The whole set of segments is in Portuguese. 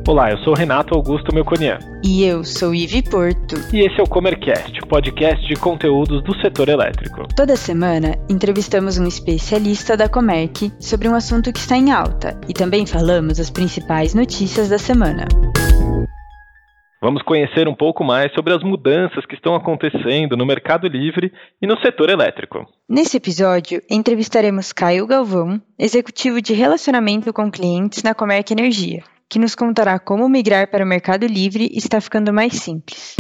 Olá, eu sou Renato Augusto Melconian. E eu sou Ivi Porto. E esse é o Comercast, o podcast de conteúdos do setor elétrico. Toda semana, entrevistamos um especialista da Comerc sobre um assunto que está em alta e também falamos as principais notícias da semana. Vamos conhecer um pouco mais sobre as mudanças que estão acontecendo no Mercado Livre e no setor elétrico. Nesse episódio, entrevistaremos Caio Galvão, executivo de relacionamento com clientes na Comerc Energia, que nos contará como migrar para o Mercado Livre está ficando mais simples.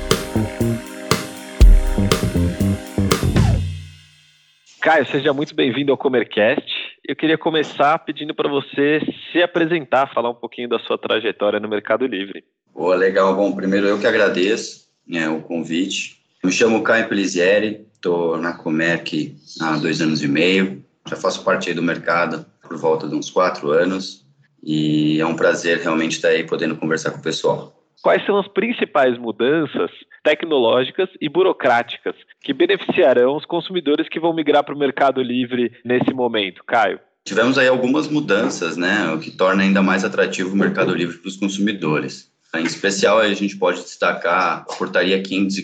Caio, seja muito bem-vindo ao Comercast. Eu queria começar pedindo para você se apresentar, falar um pouquinho da sua trajetória no Mercado Livre. Legal. Bom, primeiro eu que agradeço o convite. Me chamo Caio Pellizieri, estou na Comerc há 2 anos e meio. Já faço parte aí do mercado por volta de uns 4 anos. E é um prazer realmente estar aí podendo conversar com o pessoal. Quais são as principais mudanças tecnológicas e burocráticas que beneficiarão os consumidores que vão migrar para o Mercado Livre nesse momento, Caio? Tivemos aí algumas mudanças, o que torna ainda mais atrativo o Mercado Livre para os consumidores. Em especial, a gente pode destacar a Portaria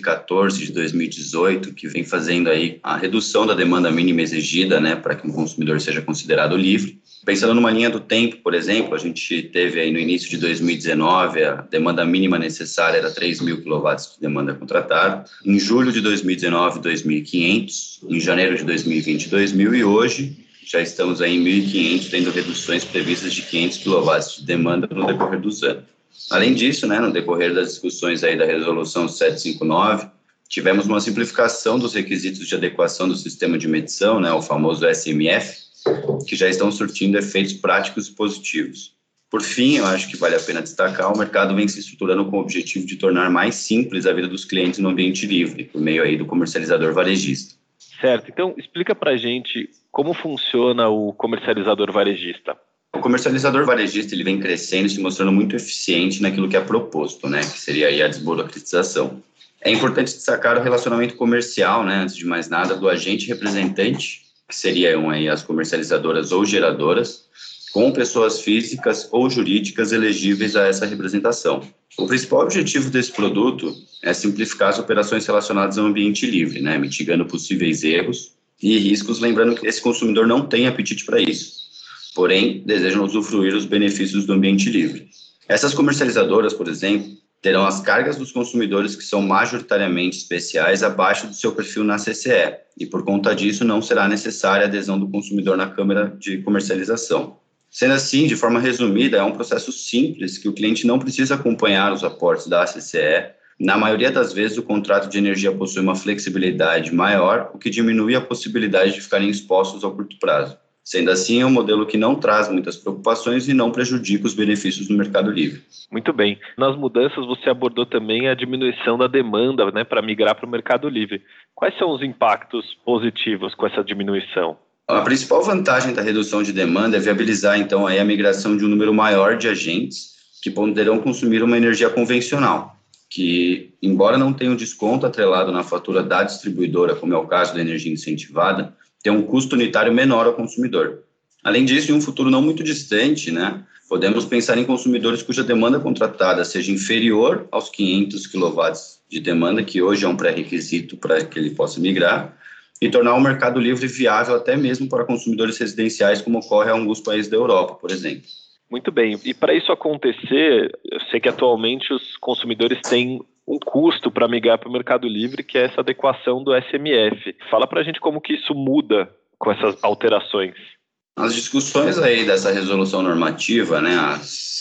514 de 2018, que vem fazendo aí a redução da demanda mínima exigida, para que um consumidor seja considerado livre. Pensando numa linha do tempo, por exemplo, a gente teve aí no início de 2019, a demanda mínima necessária era 3.000 kW de demanda contratada. Em julho de 2019, 2.500. Em janeiro de 2020, 2.000. E hoje já estamos aí em 1.500, tendo reduções previstas de 500 kW de demanda no decorrer dos anos. Além disso, no decorrer das discussões aí da Resolução 759, tivemos uma simplificação dos requisitos de adequação do sistema de medição, o famoso SMF, que já estão surtindo efeitos práticos e positivos. Por fim, eu acho que vale a pena destacar, o mercado vem se estruturando com o objetivo de tornar mais simples a vida dos clientes no ambiente livre, por meio aí do comercializador varejista. Certo, então explica pra gente como funciona o comercializador varejista. O comercializador varejista ele vem crescendo e se mostrando muito eficiente naquilo que é proposto, que seria aí a desburocratização. É importante destacar o relacionamento comercial, antes de mais nada, do agente representante, que seriam aí as comercializadoras ou geradoras, com pessoas físicas ou jurídicas elegíveis a essa representação. O principal objetivo desse produto é simplificar as operações relacionadas ao ambiente livre, mitigando possíveis erros e riscos, lembrando que esse consumidor não tem apetite para isso, porém desejam usufruir os benefícios do ambiente livre. Essas comercializadoras, por exemplo, terão as cargas dos consumidores que são majoritariamente especiais abaixo do seu perfil na CCE, e por conta disso não será necessária a adesão do consumidor na Câmara de Comercialização. Sendo assim, de forma resumida, é um processo simples que o cliente não precisa acompanhar os aportes da CCE. Na maioria das vezes, o contrato de energia possui uma flexibilidade maior, o que diminui a possibilidade de ficarem expostos ao curto prazo. Sendo assim, é um modelo que não traz muitas preocupações e não prejudica os benefícios do Mercado Livre. Muito bem. Nas mudanças, você abordou também a diminuição da demanda para migrar para o Mercado Livre. Quais são os impactos positivos com essa diminuição? A principal vantagem da redução de demanda é viabilizar, então, aí a migração de um número maior de agentes que poderão consumir uma energia convencional, que, embora não tenha um desconto atrelado na fatura da distribuidora, como é o caso da energia incentivada, tem um custo unitário menor ao consumidor. Além disso, em um futuro não muito distante, podemos pensar em consumidores cuja demanda contratada seja inferior aos 500 kW de demanda, que hoje é um pré-requisito para que ele possa migrar, e tornar o Mercado Livre viável até mesmo para consumidores residenciais, como ocorre em alguns países da Europa, por exemplo. Muito bem. E para isso acontecer, eu sei que atualmente os consumidores têm um custo para migrar para o Mercado Livre, que é essa adequação do SMF. Fala para a gente como que isso muda com essas alterações. As discussões aí dessa resolução normativa, a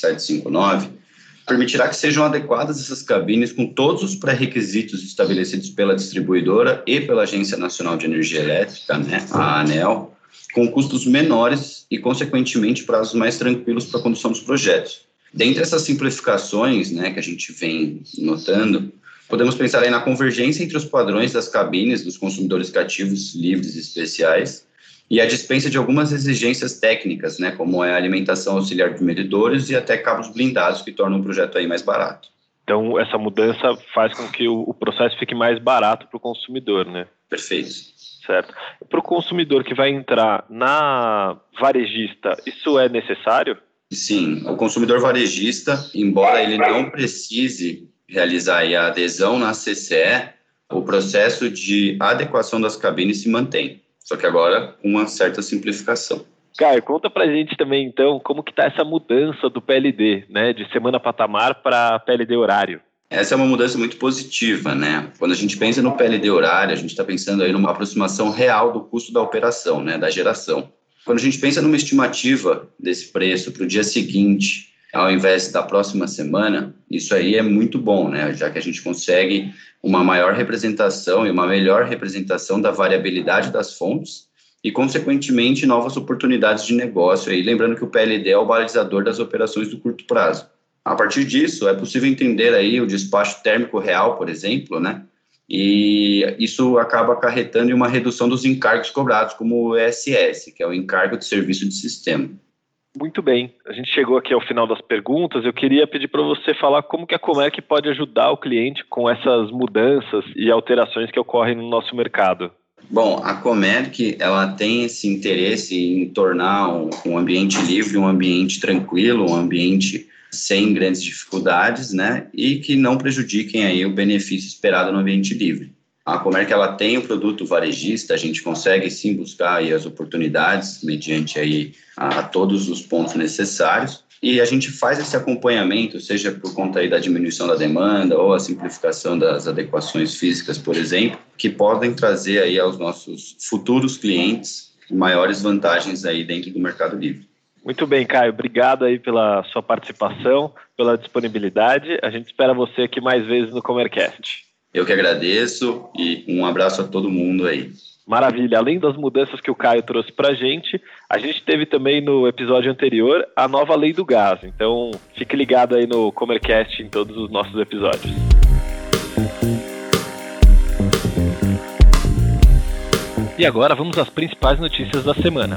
759, permitirá que sejam adequadas essas cabines com todos os pré-requisitos estabelecidos pela distribuidora e pela Agência Nacional de Energia Elétrica, a ANEEL, com custos menores e, consequentemente, prazos mais tranquilos para a condução dos projetos. Dentre essas simplificações, que a gente vem notando, podemos pensar aí na convergência entre os padrões das cabines dos consumidores cativos, livres e especiais, e a dispensa de algumas exigências técnicas, como é a alimentação auxiliar de medidores e até cabos blindados, que tornam o projeto aí mais barato. Então, essa mudança faz com que o processo fique mais barato para o consumidor, Perfeito. Certo. Para o consumidor que vai entrar na varejista, isso é necessário? Sim, o consumidor varejista, embora ele não precise realizar aí a adesão na CCE, o processo de adequação das cabines se mantém, só que agora com uma certa simplificação. Caio, conta pra gente também, então, como que tá essa mudança do PLD, né, de semana patamar para PLD horário. Essa é uma mudança muito positiva, né? Quando a gente pensa no PLD horário, a gente está pensando aí numa aproximação real do custo da operação, né, da geração. Quando a gente pensa numa estimativa desse preço para o dia seguinte, ao invés da próxima semana, isso aí é muito bom, né? Já que a gente consegue uma maior representação e uma melhor representação da variabilidade das fontes e, consequentemente, novas oportunidades de negócio. E lembrando que o PLD é o balizador das operações do curto prazo. A partir disso, é possível entender aí o despacho térmico real, por exemplo, né? E isso acaba acarretando em uma redução dos encargos cobrados, como o ESS, que é o encargo de serviço de sistema. Muito bem, a gente chegou aqui ao final das perguntas. Eu queria pedir para você falar como que a Comerc pode ajudar o cliente com essas mudanças e alterações que ocorrem no nosso mercado. Bom, a Comerc, ela tem esse interesse em tornar um ambiente livre, um ambiente tranquilo, um ambiente sem grandes dificuldades, né, e que não prejudiquem aí o benefício esperado no ambiente livre. A Comerc, ela tem o produto varejista, a gente consegue sim buscar aí as oportunidades mediante aí a todos os pontos necessários, e a gente faz esse acompanhamento, seja por conta aí da diminuição da demanda ou a simplificação das adequações físicas, por exemplo, que podem trazer aí aos nossos futuros clientes maiores vantagens aí dentro do Mercado Livre. Muito bem, Caio. Obrigado aí pela sua participação, pela disponibilidade. A gente espera você aqui mais vezes no Comercast. Eu que agradeço e um abraço a todo mundo aí. Maravilha. Além das mudanças que o Caio trouxe para a gente teve também no episódio anterior a nova lei do gás. Então, fique ligado aí no Comercast em todos os nossos episódios. E agora vamos às principais notícias da semana.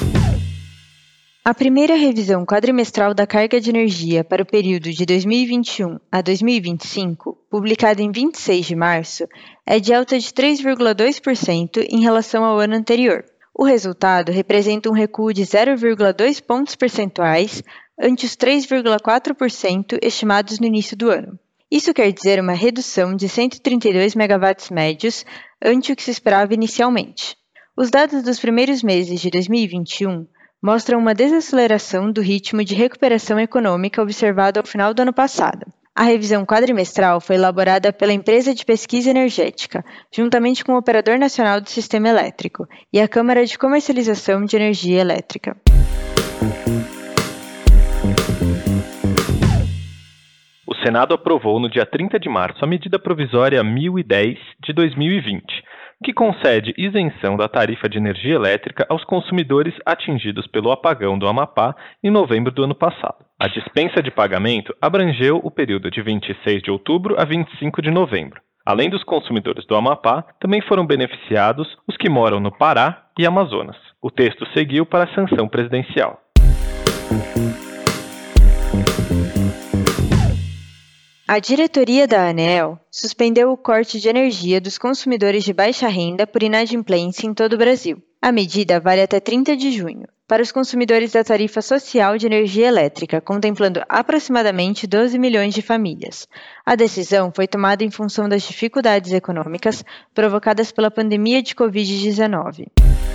A primeira revisão quadrimestral da carga de energia para o período de 2021 a 2025, publicada em 26 de março, é de alta de 3,2% em relação ao ano anterior. O resultado representa um recuo de 0,2 pontos percentuais ante os 3,4% estimados no início do ano. Isso quer dizer uma redução de 132 megawatts médios ante o que se esperava inicialmente. Os dados dos primeiros meses de 2021 mostram uma desaceleração do ritmo de recuperação econômica observado ao final do ano passado. A revisão quadrimestral foi elaborada pela Empresa de Pesquisa Energética, juntamente com o Operador Nacional do Sistema Elétrico e a Câmara de Comercialização de Energia Elétrica. O Senado aprovou no dia 30 de março a medida provisória 1010 de 2020, que concede isenção da tarifa de energia elétrica aos consumidores atingidos pelo apagão do Amapá em novembro do ano passado. A dispensa de pagamento abrangeu o período de 26 de outubro a 25 de novembro. Além dos consumidores do Amapá, também foram beneficiados os que moram no Pará e Amazonas. O texto seguiu para a sanção presidencial. A diretoria da ANEEL suspendeu o corte de energia dos consumidores de baixa renda por inadimplência em todo o Brasil. A medida vale até 30 de junho, para os consumidores da tarifa social de energia elétrica, contemplando aproximadamente 12 milhões de famílias. A decisão foi tomada em função das dificuldades econômicas provocadas pela pandemia de Covid-19.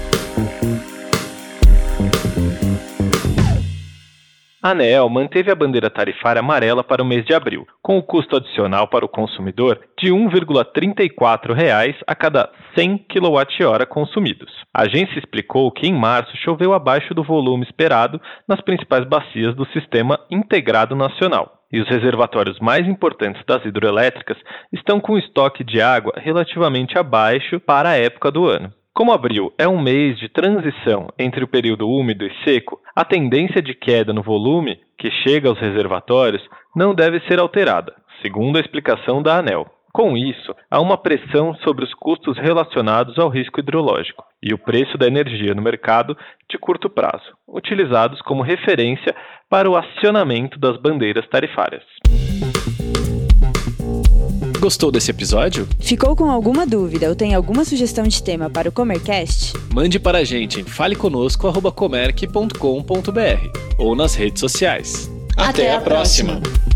A ANEEL manteve a bandeira tarifária amarela para o mês de abril, com o custo adicional para o consumidor de R$ 1,34 a cada 100 kWh consumidos. A agência explicou que em março choveu abaixo do volume esperado nas principais bacias do Sistema Integrado Nacional, e os reservatórios mais importantes das hidroelétricas estão com estoque de água relativamente abaixo para a época do ano. Como abril é um mês de transição entre o período úmido e seco, a tendência de queda no volume que chega aos reservatórios não deve ser alterada, segundo a explicação da ANEEL. Com isso, há uma pressão sobre os custos relacionados ao risco hidrológico e o preço da energia no mercado de curto prazo, utilizados como referência para o acionamento das bandeiras tarifárias. Gostou desse episódio? Ficou com alguma dúvida ou tem alguma sugestão de tema para o Comercast? Mande para a gente em faleconosco@comerc.com.br ou nas redes sociais. Até a próxima!